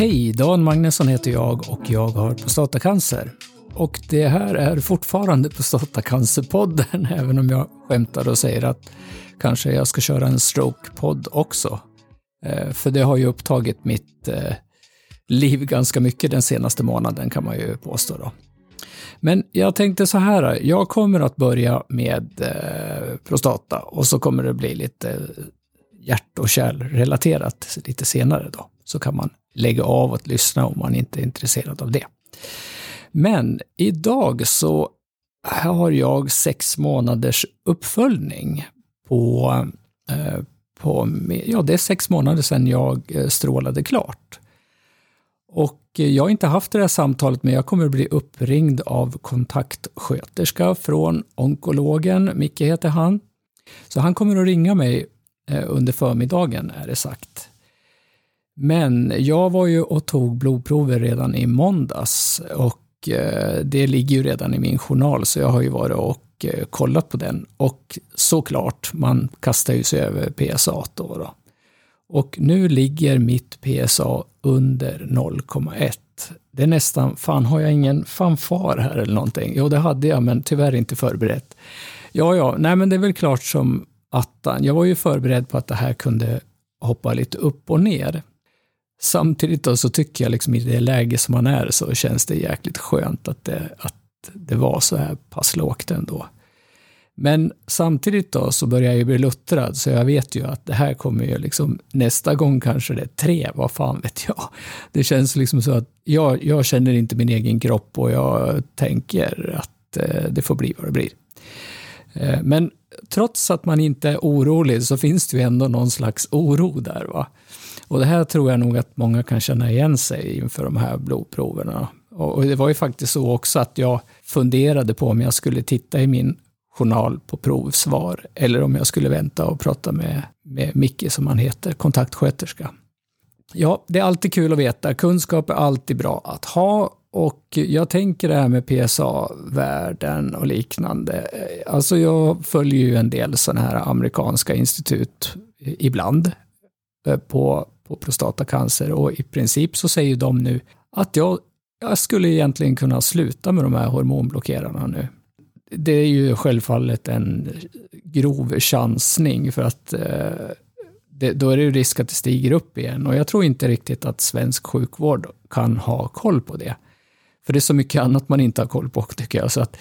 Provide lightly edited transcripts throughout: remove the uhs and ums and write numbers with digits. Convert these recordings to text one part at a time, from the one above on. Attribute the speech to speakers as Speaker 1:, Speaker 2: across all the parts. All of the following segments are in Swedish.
Speaker 1: Hej, Dan Magnusson heter jag och jag har prostatacancer. Och det här är fortfarande Prostatacancerpodden, även om jag skämtar och säger att kanske jag ska köra en stroke-podd också. För det har ju upptagit mitt liv ganska mycket den senaste månaden, kan man ju påstå då. Men jag tänkte så här, jag kommer att börja med prostata och så kommer det bli lite hjärt- och kärlrelaterat lite senare då. Så kan man lägga av att lyssna om man inte är intresserad av det. Men idag så har jag 6 månaders uppföljning det är 6 månader sedan jag strålade klart. Och jag har inte haft det här samtalet, men jag kommer att bli uppringd av kontaktsköterska från onkologen. Micke heter han. Så han kommer att ringa mig under förmiddagen, är det sagt. Men jag var ju och tog blodprover redan i måndags och det ligger ju redan i min journal, så jag har ju varit och kollat på den. Och såklart, man kastar ju sig över PSA då. Och nu ligger mitt PSA under 0,1. Det är nästan, har jag ingen fanfar här eller någonting? Jo, det hade jag, men tyvärr inte förberett. Nej, men det är väl klart som attan. Jag var ju förberedd på att det här kunde hoppa lite upp och ner. Samtidigt då så tycker jag liksom i det läge som man är så känns det jäkligt skönt att det var så här pass lågt ändå. Men samtidigt då så börjar jag ju bli luttrad, så jag vet ju att det här kommer ju liksom nästa gång kanske det är 3, vad fan vet jag. Det känns liksom så att jag känner inte min egen kropp och jag tänker att det får bli vad det blir. Men trots att man inte är orolig så finns det ju ändå någon slags oro där, va. Och det här tror jag nog att många kan känna igen sig inför de här blodproverna. Och det var ju faktiskt så också att jag funderade på om jag skulle titta i min journal på provsvar eller om jag skulle vänta och prata med Micke, som han heter, kontaktsköterska. Ja, det är alltid kul att veta. Kunskap är alltid bra att ha, och jag tänker det här med PSA-värden och liknande. Alltså jag följer ju en del sådana här amerikanska institut ibland på prostatacancer, och i princip så säger de nu att jag skulle egentligen kunna sluta med de här hormonblockerarna nu. Det är ju självfallet en grov chansning, för att då är det ju risk att det stiger upp igen, och jag tror inte riktigt att svensk sjukvård kan ha koll på det. För det är så mycket annat man inte har koll på, tycker jag. Så att,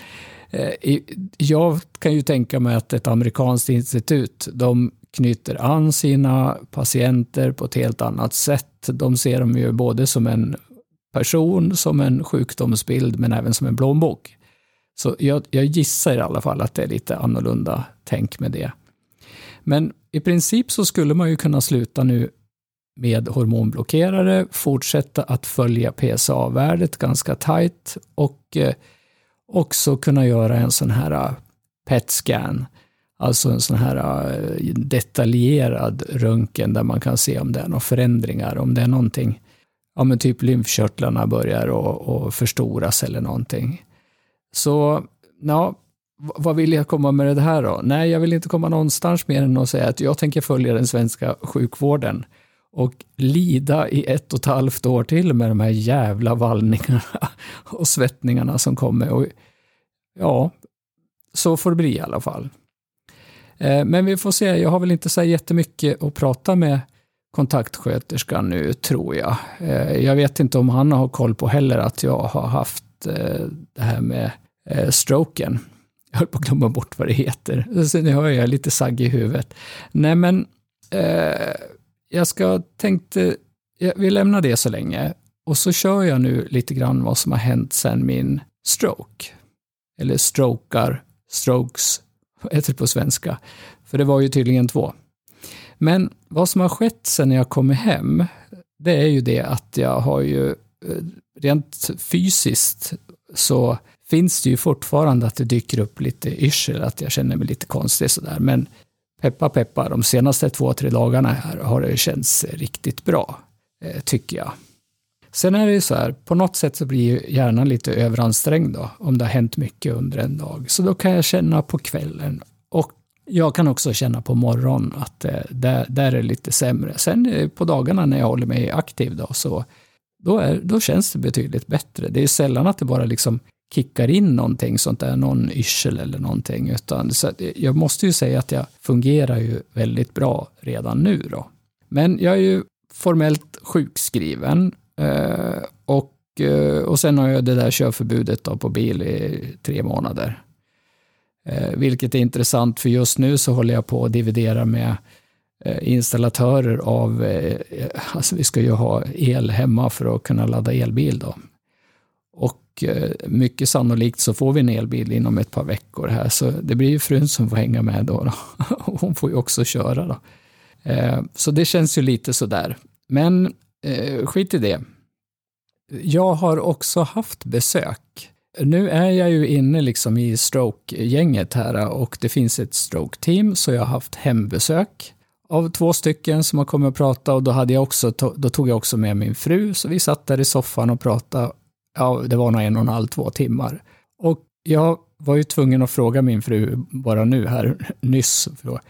Speaker 1: jag kan ju tänka mig att ett amerikanskt institut, de knyter an sina patienter på ett helt annat sätt. De ser dem ju både som en person, som en sjukdomsbild, men även som en plånbok. Så jag gissar i alla fall att det är lite annorlunda tänk med det. Men i princip så skulle man ju kunna sluta nu med hormonblockerare, fortsätta att följa PSA-värdet ganska tajt och också kunna göra en sån här PET-scan, alltså en sån här detaljerad röntgen där man kan se om det är några förändringar, om det är någonting, ja men typ lymfkörtlarna börjar och förstoras eller någonting. Så, ja, vad vill jag komma med det här då? Nej, jag vill inte komma någonstans mer än att säga att jag tänker följa den svenska sjukvården och lida i 1,5 år till med de här jävla vallningarna och svettningarna som kommer. Och, ja, så får det bli i alla fall. Men vi får se, jag har väl inte så jättemycket att prata med kontaktsköterskan nu, tror jag. Jag vet inte om han har koll på heller att jag har haft det här med stroken. Jag höll på att glömma bort vad det heter. Så nu har jag lite sagg i huvudet. Nej, men vi lämnar det så länge. Och så kör jag nu lite grann vad som har hänt sedan min stroke. Eller strokes, heter det på svenska. För det var ju tydligen 2. Men vad som har skett sedan jag kom hem, det är ju det att jag har ju rent fysiskt så finns det ju fortfarande att det dyker upp lite yrsel, att jag känner mig lite konstig sådär. Men peppa, de senaste 2-3 dagarna här har det känts riktigt bra, tycker jag. Sen är det ju så här, på något sätt så blir ju hjärnan lite överansträngd då, om det har hänt mycket under en dag. Så då kan jag känna på kvällen, och jag kan också känna på morgonen att där är det lite sämre. Sen på dagarna när jag håller mig aktiv då, så då känns det betydligt bättre. Det är sällan att det bara liksom kickar in någonting sånt där, någon yrsel eller någonting, utan så jag måste ju säga att jag fungerar ju väldigt bra redan nu då. Men jag är ju formellt sjukskriven och sen har jag det där körförbudet då på bil i 3 månader. Vilket är intressant, för just nu så håller jag på att dividera med installatörer av, alltså vi ska ju ha el hemma för att kunna ladda elbil då. Och mycket sannolikt så får vi en elbil inom ett par veckor här, så det blir ju frun som får hänga med då. Hon får ju också köra då. Så det känns ju lite sådär. Men skit i det. Jag har också haft besök. Nu är jag ju inne liksom i stroke-gänget här och det finns ett stroke-team, så jag har haft hembesök av 2 stycken som har kommit och prata, och då tog jag också med min fru, så vi satt där i soffan och pratade. Ja, det var nog 1,5-2 timmar. Och jag var ju tvungen att fråga min fru bara nu här nyss.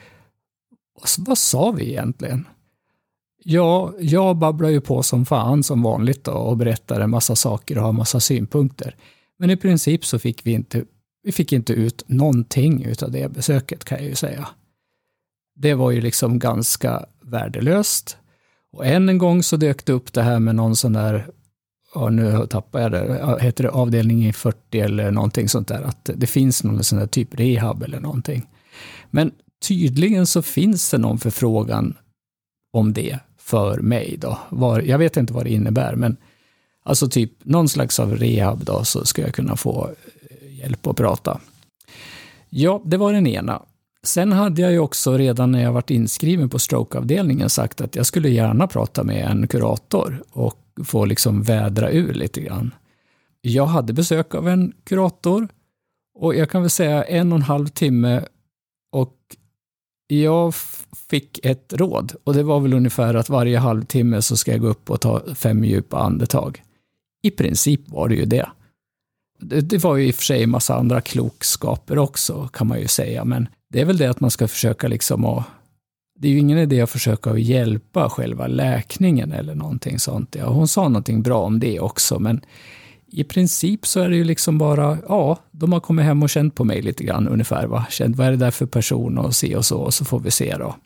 Speaker 1: Vad sa vi egentligen? Ja, jag babblar ju på som fan som vanligt då, och berättar en massa saker och har massa synpunkter. Men i princip så fick vi fick inte ut någonting utav det besöket, kan jag ju säga. Det var ju liksom ganska värdelöst. Och än en gång så dök det upp det här med någon sån där, ja, nu tappar jag det, heter det avdelning i 40 eller någonting sånt där, att det finns någon sån där typ rehab eller någonting. Men tydligen så finns det någon förfrågan om det för mig då. Jag vet inte vad det innebär, men alltså typ någon slags av rehab då, så ska jag kunna få hjälp att prata. Ja, det var den ena. Sen hade jag ju också redan när jag varit inskriven på strokeavdelningen sagt att jag skulle gärna prata med en kurator och få liksom vädra ur lite grann. Jag hade besök av en kurator och jag kan väl säga 1,5 timme, och jag fick ett råd, och det var väl ungefär att varje halvtimme så ska jag gå upp och ta 5 djupa andetag. I princip var det ju det. Det var ju i och för sig en massa andra klokskaper också, kan man ju säga, men det är väl det att man ska försöka liksom det är ju ingen idé att försöka hjälpa själva läkningen eller någonting sånt. Ja, hon sa någonting bra om det också, men i princip så är det ju liksom bara, ja, de har kommit hem och känt på mig lite grann ungefär, va? Känt, vad är det där för person och så får vi se då.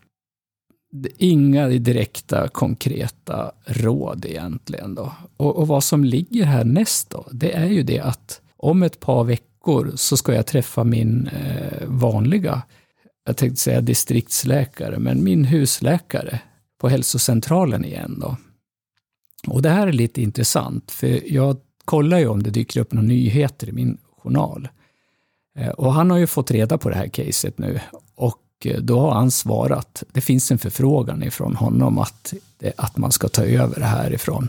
Speaker 1: Inga direkta, konkreta råd egentligen då. Och vad som ligger här näst då, det är ju det att om ett par veckor så ska jag träffa min vanliga, jag tänkte säga distriktsläkare, men min husläkare på hälsocentralen igen då. Och det här är lite intressant, för jag kollar ju om det dyker upp några nyheter i min journal. Och han har ju fått reda på det här caset nu, och då har han svarat. Det finns en förfrågan ifrån honom att man ska ta över det här ifrån,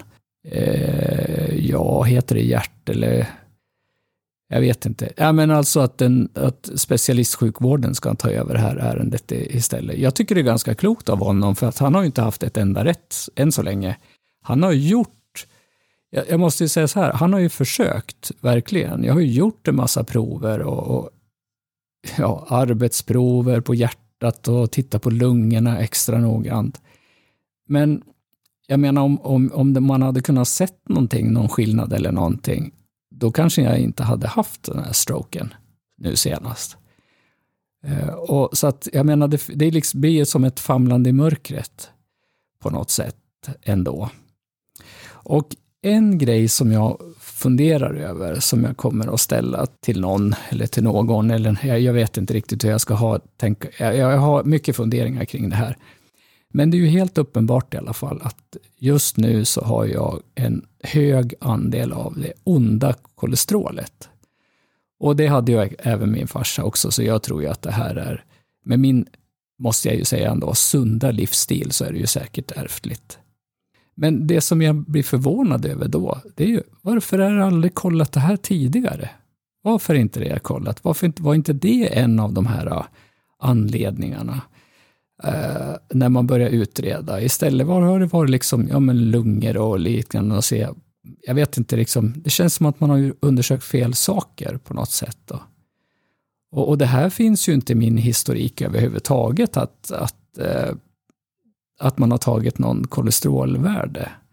Speaker 1: heter det hjärt eller jag vet inte. Ja, men alltså att specialistsjukvården ska ta över det här ärendet istället. Jag tycker det är ganska klokt av honom, för att han har ju inte haft ett enda rätt än så länge. Han har gjort, jag måste ju säga så här, han har ju försökt verkligen. Jag har ju gjort en massa prover och arbetsprover på hjärtat och titta på lungorna extra noggrant. Men jag menar om man hade kunnat sett någon skillnad eller någonting, då kanske jag inte hade haft den här stroken nu senast. Och så att jag menar, det liksom blir som ett famlande i mörkret på något sätt ändå. Och en grej som jag funderar över, som jag kommer att ställa till någon eller till någon, eller jag vet inte riktigt hur jag ska jag har mycket funderingar kring det här. Men det är ju helt uppenbart i alla fall att just nu så har jag en hög andel av det onda kolesterolet. Och det hade jag även min farsa också, så jag tror ju att det här är, med min, måste jag ju säga ändå, sunda livsstil, så är det ju säkert ärftligt. Men det som jag blir förvånad över då, det är ju, varför har jag aldrig kollat det här tidigare? Varför inte det jag kollat? Varför var inte det en av de här anledningarna? När man börjar utreda. Istället har det varit liksom, lungor och liknande, och se, jag vet inte, liksom, det känns som att man har undersökt fel saker på något sätt då. Och det här finns ju inte i min historik överhuvudtaget, att man har tagit någon kolesterolvärde.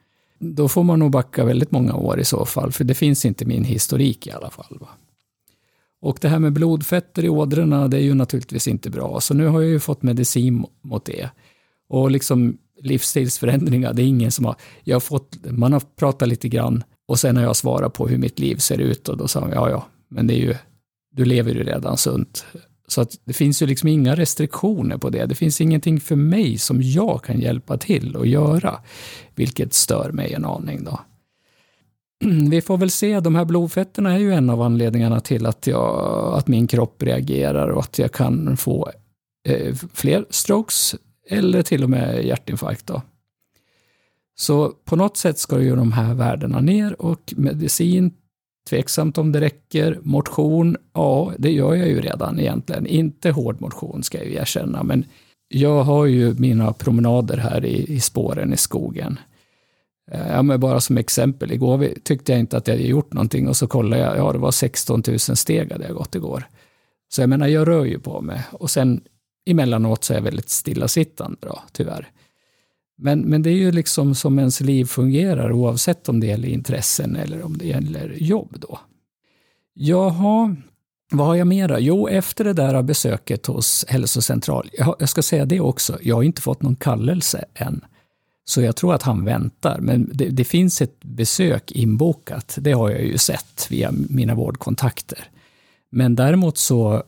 Speaker 1: då får man nog backa väldigt många år i så fall, för det finns inte min historik i alla fall. Va? Och det här med blodfetter i ådrorna, det är ju naturligtvis inte bra. Så nu har jag ju fått medicin mot det. Och liksom livsstilsförändringar, det är ingen som har... Man har pratat lite grann och sen har jag svarat på hur mitt liv ser ut och då sa jag, ja, men det är ju, du lever ju redan sunt. Så att det finns ju liksom inga restriktioner på det. Det finns ingenting för mig som jag kan hjälpa till att göra, vilket stör mig en aning då. Vi får väl se, de här blodfetterna är ju en av anledningarna till att min kropp reagerar och att jag kan få fler strokes eller till och med hjärtinfarkt då. Så på något sätt ska ju de här värdena ner och medicin, tveksamt om det räcker. Motion, ja det gör jag ju redan egentligen. Inte hård motion ska jag ju erkänna, men jag har ju mina promenader här i spåren i skogen. Ja, men bara som exempel, igår tyckte jag inte att jag hade gjort någonting och så kollade jag, ja det var 16 000 steg hade jag gått igår. Så jag menar, jag rör ju på mig och sen emellanåt så är jag väldigt stillasittande då, tyvärr. Men det är ju liksom som ens liv fungerar oavsett om det gäller intressen eller om det gäller jobb då. Jaha, vad har jag mera? Jo, efter det där besöket hos hälsocentral, jag ska säga det också, jag har inte fått någon kallelse än. Så jag tror att han väntar, men det finns ett besök inbokat, det har jag ju sett via mina vårdkontakter. Men däremot så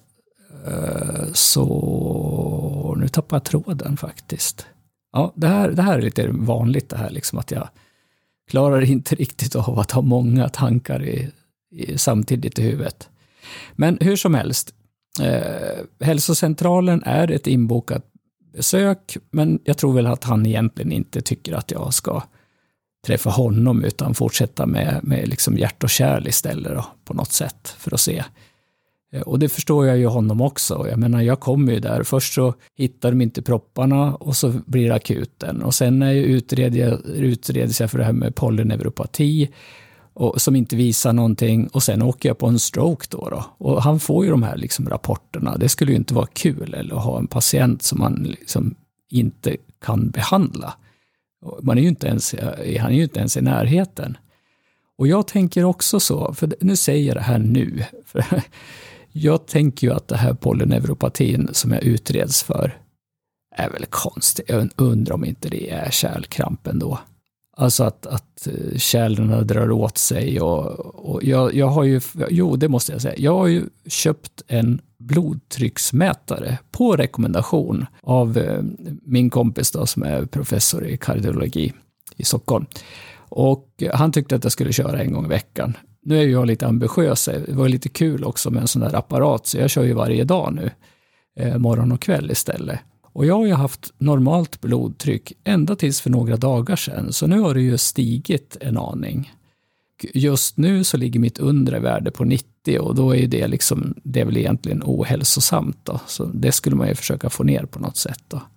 Speaker 1: nu tappar jag tråden faktiskt. Ja, det här är lite vanligt det här liksom, att jag klarar inte riktigt av att ha många tankar samtidigt i huvudet. Men hur som helst, hälsocentralen är ett inbokat besök, men jag tror väl att han egentligen inte tycker att jag ska träffa honom utan fortsätta med liksom hjärt och kärl istället då, på något sätt för att se. Och det förstår jag ju honom också. Jag menar, jag kommer ju där. Först så hittar de inte propparna och så blir det akuten. Och sen när jag utreds jag för det här med polyneuropati och som inte visar någonting. Och sen åker jag på en stroke då. Och han får ju de här liksom rapporterna. Det skulle ju inte vara kul eller att ha en patient som man liksom inte kan behandla. Han är ju inte ens i närheten. Och jag tänker också så, för nu säger jag det här nu. För jag tänker ju att det här polyneuropatin som jag utreds för är väl konstigt. Jag undrar om inte det är kärlkrampen då. Alltså att kärlen drar åt sig och jag har ju, jo det måste jag säga, jag har ju köpt en blodtrycksmätare på rekommendation av min kompis då som är professor i kardiologi i Stockholm. Och han tyckte att jag skulle köra en gång i veckan. Nu är jag lite ambitiös. Det var lite kul också med en sån där apparat. Så jag kör ju varje dag nu. Morgon och kväll istället. Och jag har ju haft normalt blodtryck ända tills för några dagar sedan. Så nu har det ju stigit en aning. Just nu så ligger mitt undre värde på 90. Och då är det liksom, det är väl egentligen ohälsosamt då. Så det skulle man ju försöka få ner på något sätt då.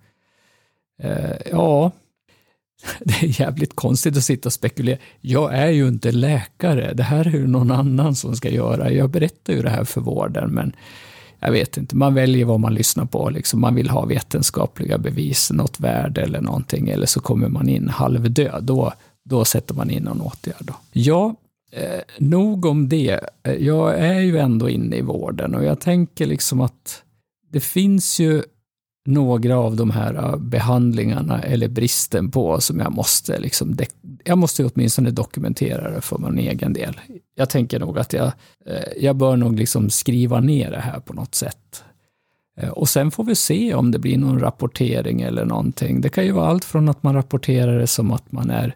Speaker 1: Ja... Det är jävligt konstigt att sitta och spekulera. Jag är ju inte läkare. Det här är ju någon annan som ska göra. Jag berättar ju det här för vården, men jag vet inte. Man väljer vad man lyssnar på. Liksom. Man vill ha vetenskapliga bevis, något värde eller någonting. Eller så kommer man in halvdöd. Då sätter man in någon åtgärd. Då. Ja, nog om det. Jag är ju ändå inne i vården och jag tänker liksom att det finns ju några av de här behandlingarna eller bristen på som jag måste åtminstone dokumentera det för min egen del. Jag tänker nog att jag bör nog liksom skriva ner det här på något sätt. Och sen får vi se om det blir någon rapportering eller någonting. Det kan ju vara allt från att man rapporterar det som att man är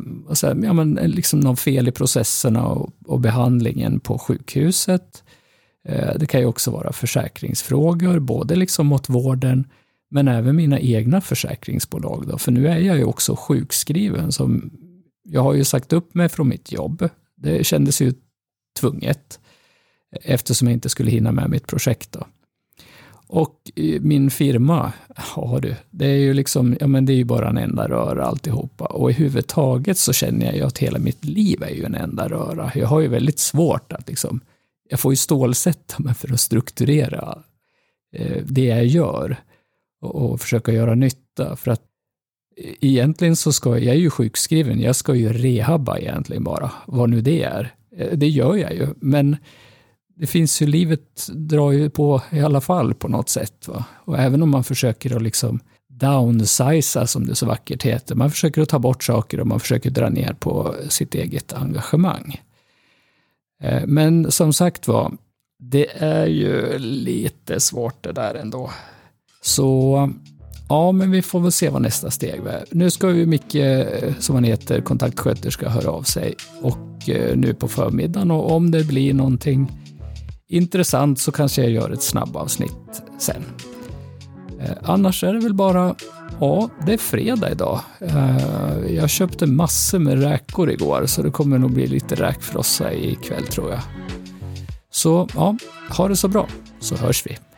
Speaker 1: liksom någon fel i processerna och behandlingen på sjukhuset. Det kan ju också vara försäkringsfrågor, både liksom mot vården men även mina egna försäkringsbolag då. För nu är jag ju också sjukskriven. Jag har ju sagt upp mig från mitt jobb. Det kändes ju tvunget eftersom jag inte skulle hinna med mitt projekt då. Och min firma, det är ju liksom, det är ju bara en enda röra alltihopa. Och i huvudtaget så känner jag ju att hela mitt liv är ju en enda röra. Jag har ju väldigt svårt att liksom, jag får ju stålsätta mig för att strukturera det jag gör och försöka göra nytta. För att egentligen så jag är ju sjukskriven, jag ska ju rehabba egentligen bara, vad nu det är. Det gör jag ju, men det finns ju, livet drar ju på i alla fall på något sätt. Va? Och även om man försöker att liksom downsiza, som det så vackert heter, man försöker att ta bort saker och man försöker dra ner på sitt eget engagemang. Men som sagt var, det är ju lite svårt det där ändå. Så ja, men vi får väl se vad nästa steg är. Nu ska ju Micke, som han heter, kontaktsköterska, höra av sig. Och nu på förmiddagen. Och om det blir någonting intressant så kanske jag gör ett snabbavsnitt sen. Annars är det väl bara, ja, det är fredag idag. Jag köpte massor med räkor igår, så det kommer nog bli lite räkfrossa ikväll tror jag. Så ja, ha det så bra, så hörs vi.